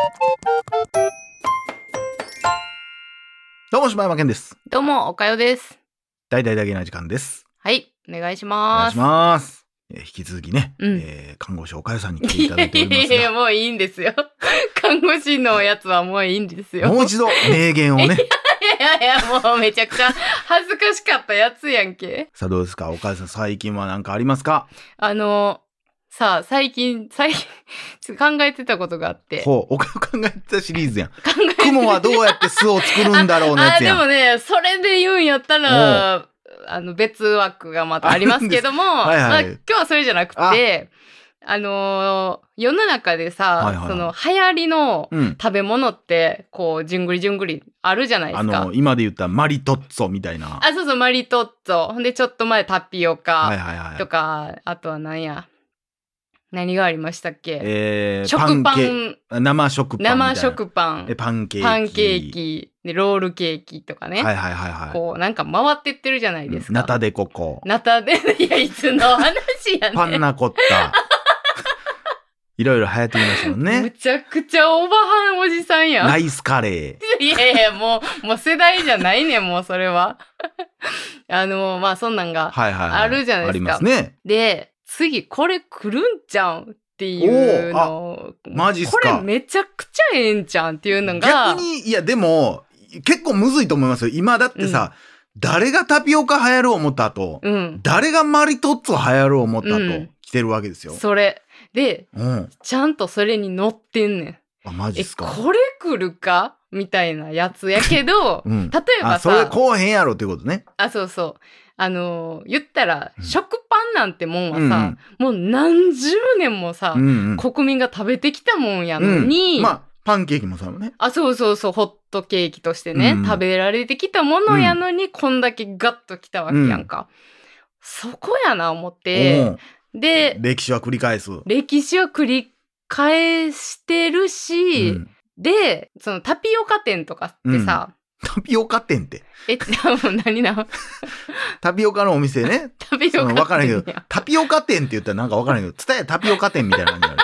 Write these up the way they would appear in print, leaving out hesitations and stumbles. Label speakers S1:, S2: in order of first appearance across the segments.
S1: どうも柴山健です。
S2: どうもおかよです。
S1: 大々だけな時間です。
S2: はい、お願いし
S1: お願
S2: ます。
S1: いします。引き続きね、
S2: うん
S1: 看護師おかよさんに来ていただいております
S2: いや
S1: が、
S2: もういいんですよ。看護師のやつはもういいんですよ。
S1: もう一度名言をね。
S2: いやもうめちゃくちゃ恥ずかしかったやつやんけ。
S1: さあどうですか、おかよさん、最近は何かありますか？
S2: さあ最近ちょっと考えてたことがあって。
S1: ほう、おかよ考えてたシリーズやん。
S2: 考えて
S1: 雲はどうやって巣を作るんだろうのやつやん。
S2: でもね、それで言うんやったら別枠がまたありますけども、
S1: はいはい、
S2: 今日はそれじゃなくて、世の中でさ、
S1: はいはいはい、
S2: その流行りの食べ物ってこうじゅんぐりじゅんぐりあるじゃないですか。
S1: 今で言ったらマリトッツォみたいな。
S2: そうそう、マリトッツォ。ほんでちょっと前タピオカとか、
S1: はいはいはい、
S2: あとは何がありましたっけ？
S1: 食パン、生食パンみたいな。
S2: 生食パン。
S1: パンケーキ。
S2: パンケーキ。で、ロールケーキとかね。
S1: はいはいはいはい。
S2: こう、なんか回ってってるじゃないですか。
S1: ナタデココ。
S2: ナタデ、いや、いつの話やねん。
S1: パンナコッタ。いろいろ流行ってきましたもんね。
S2: むちゃくちゃオーバーハンおじさんやん。
S1: ライスカレ
S2: ー。いやいや、もう世代じゃないねん、もうそれは。まあ、そんなんがあるじゃないですか。ありますね。で、次これ来るんちゃうっていうの。
S1: マジっすか。
S2: これめちゃくちゃええんちゃうんっていうのが。
S1: 逆に、いやでも、結構むずいと思いますよ。今だってさ、誰がタピオカ流行る思った後、誰がマリトッツォ流行る思った後、来てるわけですよ。
S2: それ。で、ちゃんとそれに乗ってんねん。
S1: マジっすか。
S2: これ来るかみたいなやつやけど、例えばさ。
S1: それこうへんやろってことね。
S2: そうそう。言ったら、食パンなんてもんはさ、もう何十年もさ、国民が食べてきたもんやのに、
S1: まあ、パンケーキもそうね。
S2: そうそうそう、ホットケーキとしてね、食べられてきたものやのに、こんだけガッときたわけやんか。そこやな、思って。で、
S1: 歴史は繰り返す。
S2: 歴史は繰り返してるし、で、そのタピオカ店とかってさ、
S1: タピオカ店って。
S2: 何な
S1: タピオカのお店ね。
S2: タピオカ店。
S1: わからんけど、タピオカ店って言ったらなんかわからんけど、ツタヤタピオカ店みたいな感じある。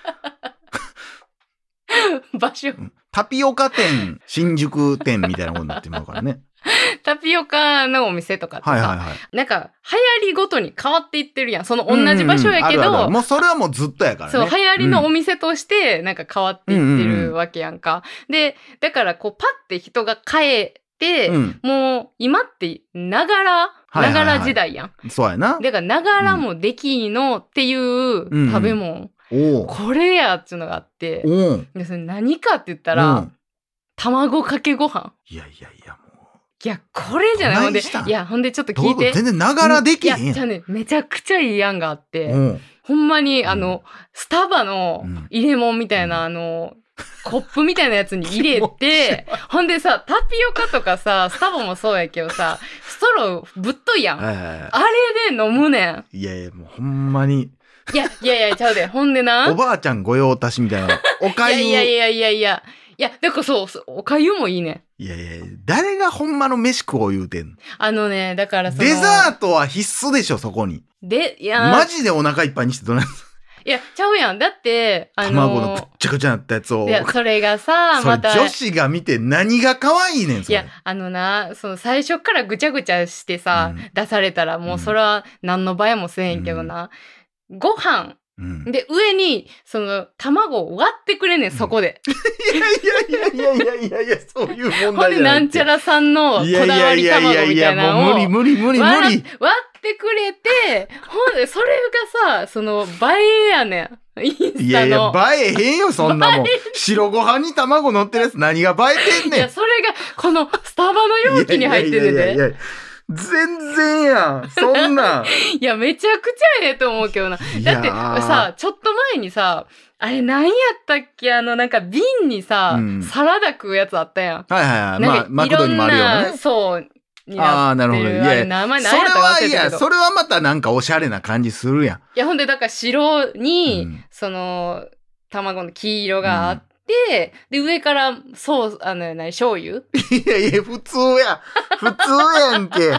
S2: 場所。
S1: タピオカ店、新宿店みたいなことになってるからね。
S2: タピオカのお店とかってさ、なんか流行りごとに変わっていってるやん。その同じ場所やけど、
S1: もうそれはもうずっとやからね。
S2: そう、流行りのお店としてなんか変わっていってるわけやんか。で、だからこうパッて人が変えて、もう今ってながら時代やん。
S1: そうやな。
S2: だからながらもできんのっていう食べ物。これやっちゅうのがあって、それ何かって言ったら、卵かけご飯。
S1: いや、もう。
S2: いや、これじゃない。ほんで、ほんでちょっと聞いて。
S1: 全然ながらできへんやん。
S2: いや、じゃあね、めちゃくちゃいい案があって、ほんまに、スタバの入れ物みたいな、コップみたいなやつに入れて、ほんでさ、タピオカとかさ、スタバもそうやけどさ、ストローぶっといやん。あれで飲むねん。
S1: いや、もうほんまに。
S2: いや、ちゃうで。ほんでな。
S1: おばあちゃん御用達みたいな。おかゆ。
S2: いや、だからそう、おかゆもいいね。
S1: いや、誰がほんまの飯食おう言うてんの？
S2: だから
S1: デザートは必須でしょ、そこに。マジでお腹いっぱいにしてどないする？
S2: いや、ちゃうやん。だって、
S1: 卵のくっちゃくちゃなったやつを。
S2: いや、それがさ、また。
S1: 女子が見て何が可愛いねん、それ。
S2: いや、その最初からぐちゃぐちゃしてさ、出されたらもうそれは何の場合もせえへんけどな。ご飯。で、上に、その、卵を割ってくれねん、そこで。
S1: いや、そういう問題じゃない。
S2: ほんで、なんちゃらさんのこだわり卵みたいなのを。
S1: 無理。
S2: 割ってくれて、ほんで、それがさ、その、映えやねん。インスタの。
S1: いや、映えへんよ、そんなもん。白ご飯に卵乗ってるやつ何が映えてんねん。いや、
S2: それが、この、スタバの容器に入ってるで。
S1: 全然やん。そんなん。
S2: いや、めちゃくちゃええと思うけどな。だってさ、ちょっと前にさ、あれ何やったっけ？なんか瓶にさ、サラダ食うやつあったやん。
S1: はい。まあ、マクドにもあるよね。
S2: そう。なるほど。いや、名前何やったか忘れたけど。
S1: それはまたなんかおしゃれな感じするやん。
S2: いや、ほんで、だから白に、その、卵の黄色があって、で、上から、醤油？
S1: いや、普通やんけ。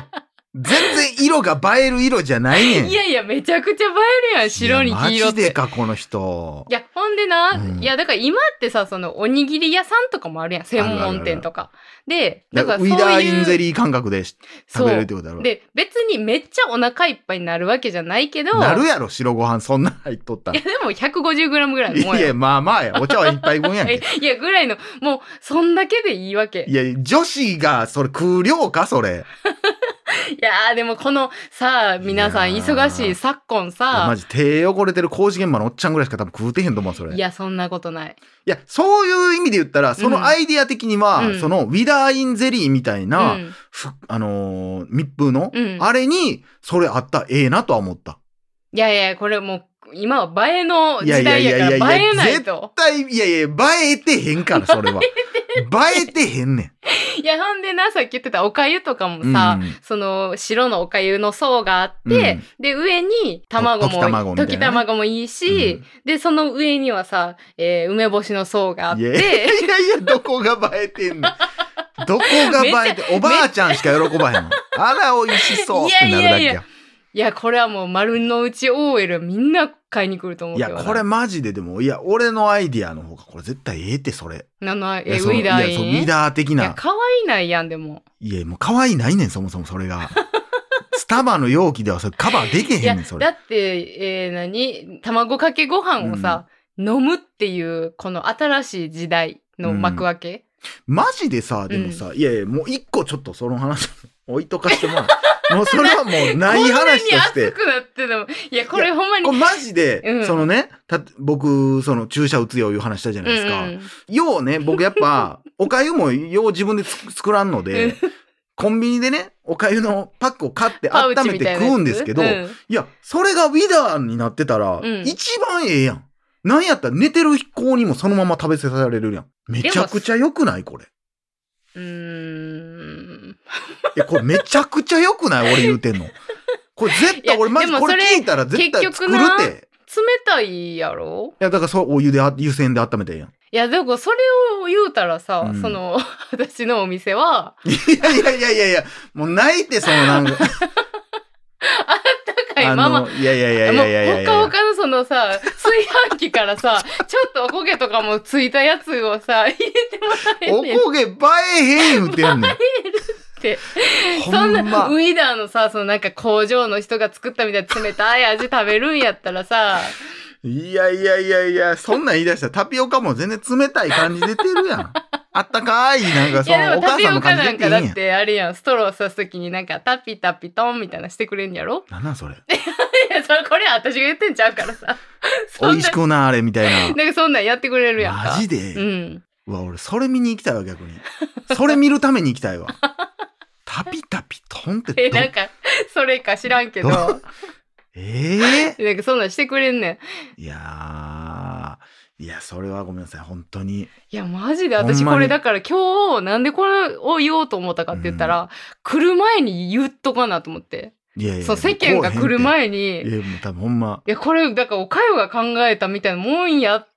S1: 全然色が映える色じゃないねん。
S2: いやいや、めちゃくちゃ映えるやん、白に黄色って。
S1: マジでか、この人。
S2: いや、ほんでな、いや、だから今ってさ、その、おにぎり屋さんとかもあるやん、専門店とか。で、
S1: だからウィダーインゼリー感覚で食べれるってことだろ。
S2: で、別にめっちゃお腹いっぱいになるわけじゃないけど。
S1: なるやろ、白ご飯そんな入っとったら。
S2: いや、でも 150g ぐらいのもんや。
S1: いや、まあまあや。お茶は一杯分やんけ。
S2: いや、ぐらいの、もう、そんだけでいいわけ。
S1: いや、女子がそれ食う量か、それ。
S2: いやーでもこのさ、皆さん忙しい昨今さ。
S1: マジ手汚れてる工事現場のおっちゃんぐらいしか多分食うてへんと思う、それ。
S2: いや、そんなことない。
S1: いや、そういう意味で言ったら、そのアイディア的には、そのウィダーインゼリーみたいな、密封の、あれに、それあったらええなとは思った。
S2: いやいや、これもう、今は映えの時代やから映えないと。
S1: 絶対、いやいや、映えてへんから、それは。映えてへんねん。
S2: いや、ほんでな、さっき言ってたお粥とかもさ、その白のお粥の層があって、で、上に卵も、溶き卵もいいし、で、その上にはさ、梅干しの層があって。いや
S1: いや、どこが映えてんのどこが映えて、おばあちゃんしか喜ばへんの。あら、美味しそうってなるだけや。
S2: いや、これはもう丸の内 OL みんな買いに来ると思うけど。
S1: いや、これマジででも、いや、俺のアイディアの方がこれ絶対ええって、それ。
S2: ウィダーイン。
S1: ウィダー的な。
S2: いや、可愛いないやん、でも。
S1: いや、もう可愛いないねん、そもそもそれが。スタバの容器ではそれカバーできへんねん、それ。
S2: だって、卵かけご飯をさ、飲むっていう、この新しい時代の幕開け。
S1: マジでさ、でもさ、いやいや、もう一個ちょっとその話置いとかしてもらう。もうそれはもうない話として。
S2: こんなに熱くなっても。いや、これほんまに。
S1: これマジで、そのね、僕、その注射打つよいう話したじゃないですか。ようね、僕やっぱ、お粥もよう自分で作らんので、コンビニでね、お粥のパックを買って温めて食うんですけど、いや、それがウィダーになってたら、一番ええやん。なんやったら寝てる子にもそのまま食べさせられるやん。めちゃくちゃ良くないこれ。いや、これめちゃくちゃ良くない俺言うてんの。これ絶対、俺マジこれ聞いたら絶対作るって。冷
S2: たいやろ？
S1: いや、だからそう、お湯で、湯煎で温めてんやん。
S2: いや、でもそれを言うたらさ、その、私のお店は。
S1: いや、もうないって、そのなんか。
S2: あったかいまま。
S1: いや。
S2: ほかほかのそのさ、炊飯器からさ、ちょっとおこげとかもついたやつをさ、入れてもらえんねん。
S1: おこげ映えへん言うてんねん。
S2: 映えるって。そんな、ウィダーのさ、そのなんか工場の人が作ったみたいな冷たい味食べるんやったらさ。
S1: いや、そんなん言い出したらタピオカも全然冷たい感じ出てるやん。あったかい、なんかそのお母さんの感じで。
S2: タピオカなんかだってあれやん、ストロー刺すときになんかタピタピトンみたいなしてくれんやろ？
S1: なんなんそれ。い
S2: や、これ私が言ってんちゃうからさ。
S1: 美味しくなあれみたいな。
S2: なんかそんなんやってくれるやんか。
S1: マジで？うわ、俺それ見に行きたいわ、逆に。それ見るために行きたいわ。タピタピトンって
S2: なんか、それか知らんけど。なんかそんなんしてくれんねん。
S1: いや、それはごめんなさい、本当に。
S2: いや、マジで私これだから今日、なんでこれを言おうと思ったかって言ったら、来る前に言っとかなと思って。いやそう、世間が来る前に。
S1: いや、もう多分ほんま。
S2: いや、これ、だからおかよが考えたみたいなもんやって、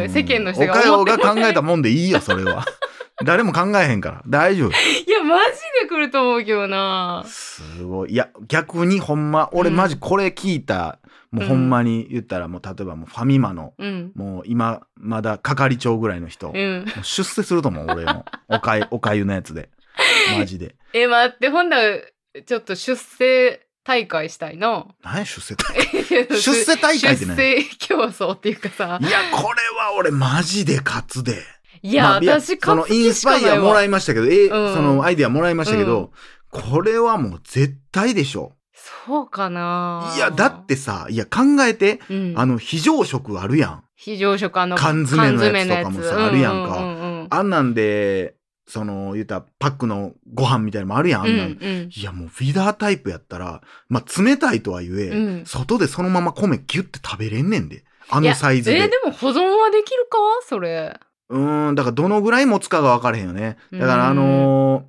S2: 世間の人が
S1: 思って。おかよが考えたもんでいいよ、それは。誰も考えへんから。大丈夫。
S2: いや、マジで来ると思うけどな。
S1: すごい。いや、逆にほんま、俺マジこれ聞いた、もうほんまに言ったら、もう例えばもうファミマの、もう今、まだ係長ぐらいの人、もう出世すると思う、俺の。おかゆのやつで。マジで。
S2: 待って、ほんなら、ちょっと出世大会したいな。
S1: 何や出世大会出世大会って何？
S2: 出世競争っていうかさ。
S1: いや、これは俺マジで勝つで。
S2: いや、私
S1: そのインスパイアもらいましたけど、そのアイディアもらいましたけど、これはもう絶対でしょ。
S2: そうかな。
S1: いや、だってさ、いや、考えて、非常食あるやん。
S2: 非常食
S1: 缶詰のやつとかもさ、あるやんか。あんなんで、その、言ったパックのご飯みたいなのもあるやん、あんなん。いや、もうフィダータイプやったら、まあ、冷たいとはいえ、外でそのまま米ギュッて食べれんねんで。あのサイズで。
S2: でも保存はできるかそれ。
S1: だからどのぐらい持つかが分からへんよね。だから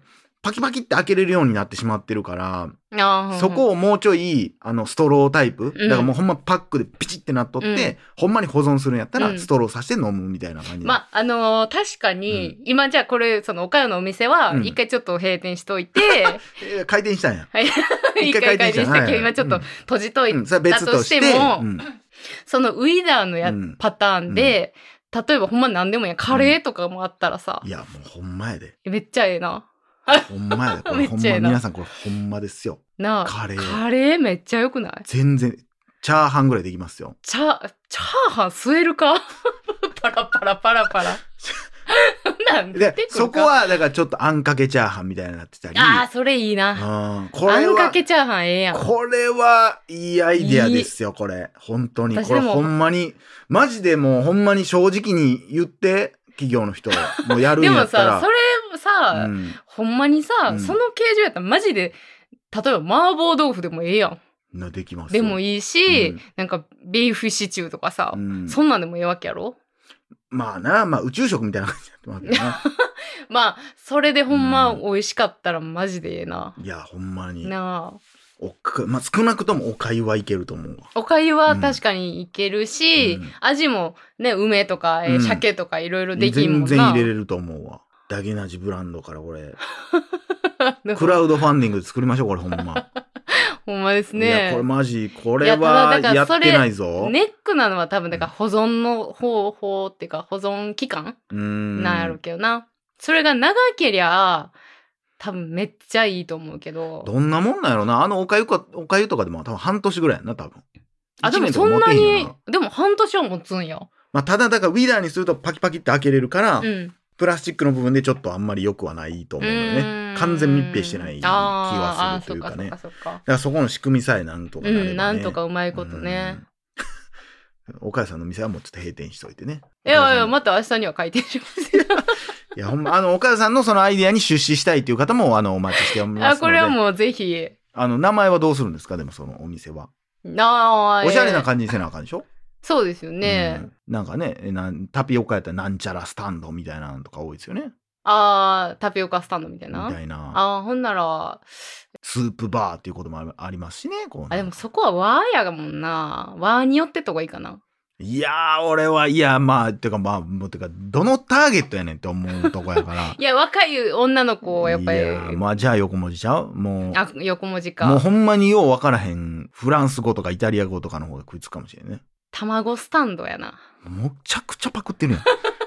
S1: パキパキって開けれるようになってしまってるから、
S2: あ
S1: そこをもうちょいストロータイプ、
S2: うん
S1: だからもうほんまパックでピチってなっとって、
S2: うん、
S1: ほんまに保存するんやったら、
S2: うん
S1: ストローさして飲むみたいな感じ。
S2: まあ確かに、今じゃあこれそのおかゆのお店は
S1: うん
S2: 一回ちょっと閉店しといて、
S1: 開店したんや。
S2: はい一回開店したけど今ちょっと閉じとい
S1: それは別
S2: たとしても、
S1: うん
S2: そのウィダーの
S1: うん
S2: パターンで、例えばほんま何でもいいやカレーとかもあったらさ、
S1: いやもうほんまやで。
S2: めっちゃええな。
S1: ほんまやで。これほんま
S2: めっちゃええな
S1: 皆さんこれほんまですよ。
S2: なあ
S1: カレー
S2: カレーめっちゃよくない？
S1: 全然チャーハンぐらいできますよ。
S2: チャーハン吸えるかパラパラパラパラなんで
S1: でそこはだからちょっとあんかけチャーハンみたいになってたり。
S2: ああそれいいな。
S1: これは
S2: あんかけチャーハンええやん。
S1: これはいいアイデアですよ。これ本当にこれほんまにマジでもうほんまに正直に言って企業の人もうやるん
S2: でも
S1: やったら。
S2: さそれさ、
S1: うん
S2: ほんまにさ、
S1: うん
S2: その形状やったらマジで例えば麻婆豆腐でもええやん。
S1: できます
S2: でも
S1: い。
S2: いいし、
S1: うん
S2: なんかビーフシチューとかさ、
S1: うん
S2: そんなんでもええわけやろ。
S1: まあな、まあ宇宙食みたいな感じになってますけどな。
S2: まあそれでほんま美味しかったらマジでええな。
S1: いやほんまに。
S2: なあ
S1: まあ少なくともおかゆはいけると思うわ。
S2: おかゆは確かにいけるし、
S1: うん
S2: 味もね梅とか、
S1: うん
S2: 鮭とかいろいろできんもんな。
S1: 全然入れれると思うわ。ダゲナジブランドからこれクラウドファンディングで作りましょうこれほんま。
S2: ほんまです
S1: いや
S2: ね。
S1: これマジこれ
S2: いやただ
S1: は
S2: だから
S1: やってないぞ。
S2: ネックなのは多分だから保存の方法っていうか保存期間なんやろうけどな。それが長けりゃ多分めっちゃいいと思うけど。
S1: どんなもんなんやろな。おかゆとかでも多分半年ぐらいやんな多分。
S2: あでも
S1: 一年とか持
S2: そんなに
S1: てへんよな。
S2: でも半年は持つんや。
S1: まあただだからウィダーにするとパキパキって開けれるから、
S2: うん。
S1: プラスチックの部分でちょっとあんまり良くはないと思うのよね。完全密閉してない気はするというかね。だからそこの仕組みさえなんとかなればね。
S2: なんとかうまいことね。
S1: 岡谷さんの店はもうちょっと閉店しといてね。
S2: いやいや、また明日には開店しますよ。
S1: いやほんま岡谷さんのそのアイデアに出資したいという方もお待ちしておりますので。
S2: これはもうぜひ。
S1: 名前はどうするんですかでもそのお店は。
S2: お
S1: しゃれな感じにせなあかんでしょ。
S2: そうですよね。
S1: なんかねタピオカやったらなんちゃらスタンドみたいなのとか多いですよね。
S2: タピオカスタンドみたいな。ほんなら
S1: スープバーっていうこともありますしね。
S2: でもそこは和やもんな。和によってとこいいかな。
S1: いやー俺はいやまあてかどのターゲットやねんって思うとこやから。
S2: いや若い女の子をやっぱり。いや
S1: まあじゃあ横文字ちゃうもう。
S2: 横文字か。
S1: もうほんまによう分からへんフランス語とかイタリア語とかの方が食いつくかもしれんね。
S2: 卵スタンドやな。
S1: むちゃくちゃパクってるやん。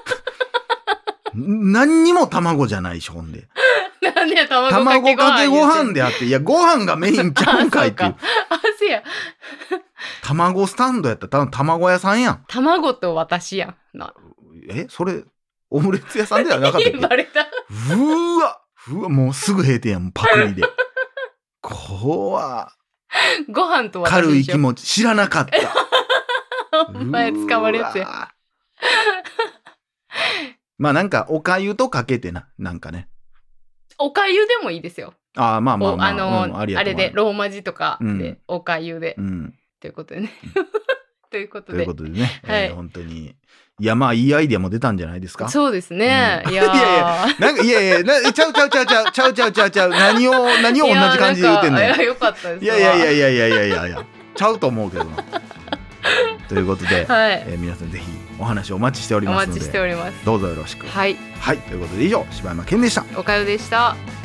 S1: 何にも卵じゃないしほんで。
S2: なんで卵
S1: かけご飯であって、いやご飯がメインちゃうんかいっていう。
S2: せや。
S1: 卵スタンドやったら卵屋さんやん。
S2: 卵と私やん。
S1: それオムレツ屋さんではなかったっけ？
S2: バレた。
S1: うわもうすぐ閉店やんパクリで。怖
S2: ご飯と私
S1: 軽い気持ち知らなかった。
S2: 前捕まるやつや。
S1: まあなんかおかゆとかけてなんかね。
S2: おかゆでもいいですよ。
S1: まあ
S2: あれでローマ字とかでおかゆで、ということでね。ということで
S1: ね、本当にいやまあいいアイデアも出たんじゃないですか。
S2: そうですね。いや
S1: なんかいやちゃう何を同じ感じで言ってんの。
S2: よかったです。
S1: いやちゃうと思うけどな。ということで、皆さんぜひお話お待ちしておりますので、
S2: お待ちしております。
S1: どうぞよろしく。
S2: はい、
S1: ということで以上柴山健でした。
S2: おかゆでした。